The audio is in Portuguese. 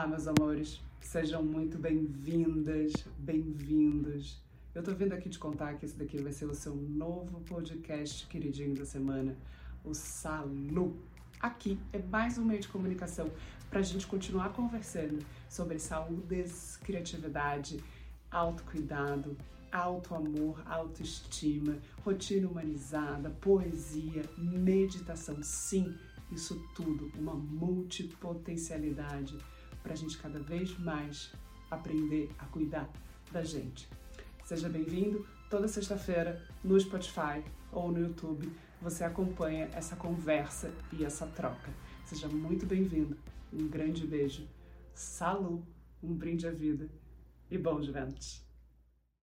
Olá, meus amores, sejam muito bem-vindas, bem-vindos. Eu tô vindo aqui te contar que esse daqui vai ser o seu novo podcast queridinho da semana, o Salu. Aqui é mais um meio de comunicação pra gente continuar conversando sobre saúde, criatividade, autocuidado, autoamor, autoestima, rotina humanizada, poesia, meditação. Sim, isso tudo, uma multipotencialidade para a gente cada vez mais aprender a cuidar da gente. Seja bem-vindo, toda sexta-feira no Spotify ou no YouTube você acompanha essa conversa e essa troca. Seja muito bem-vindo, um grande beijo, salu, um brinde à vida e bons ventos!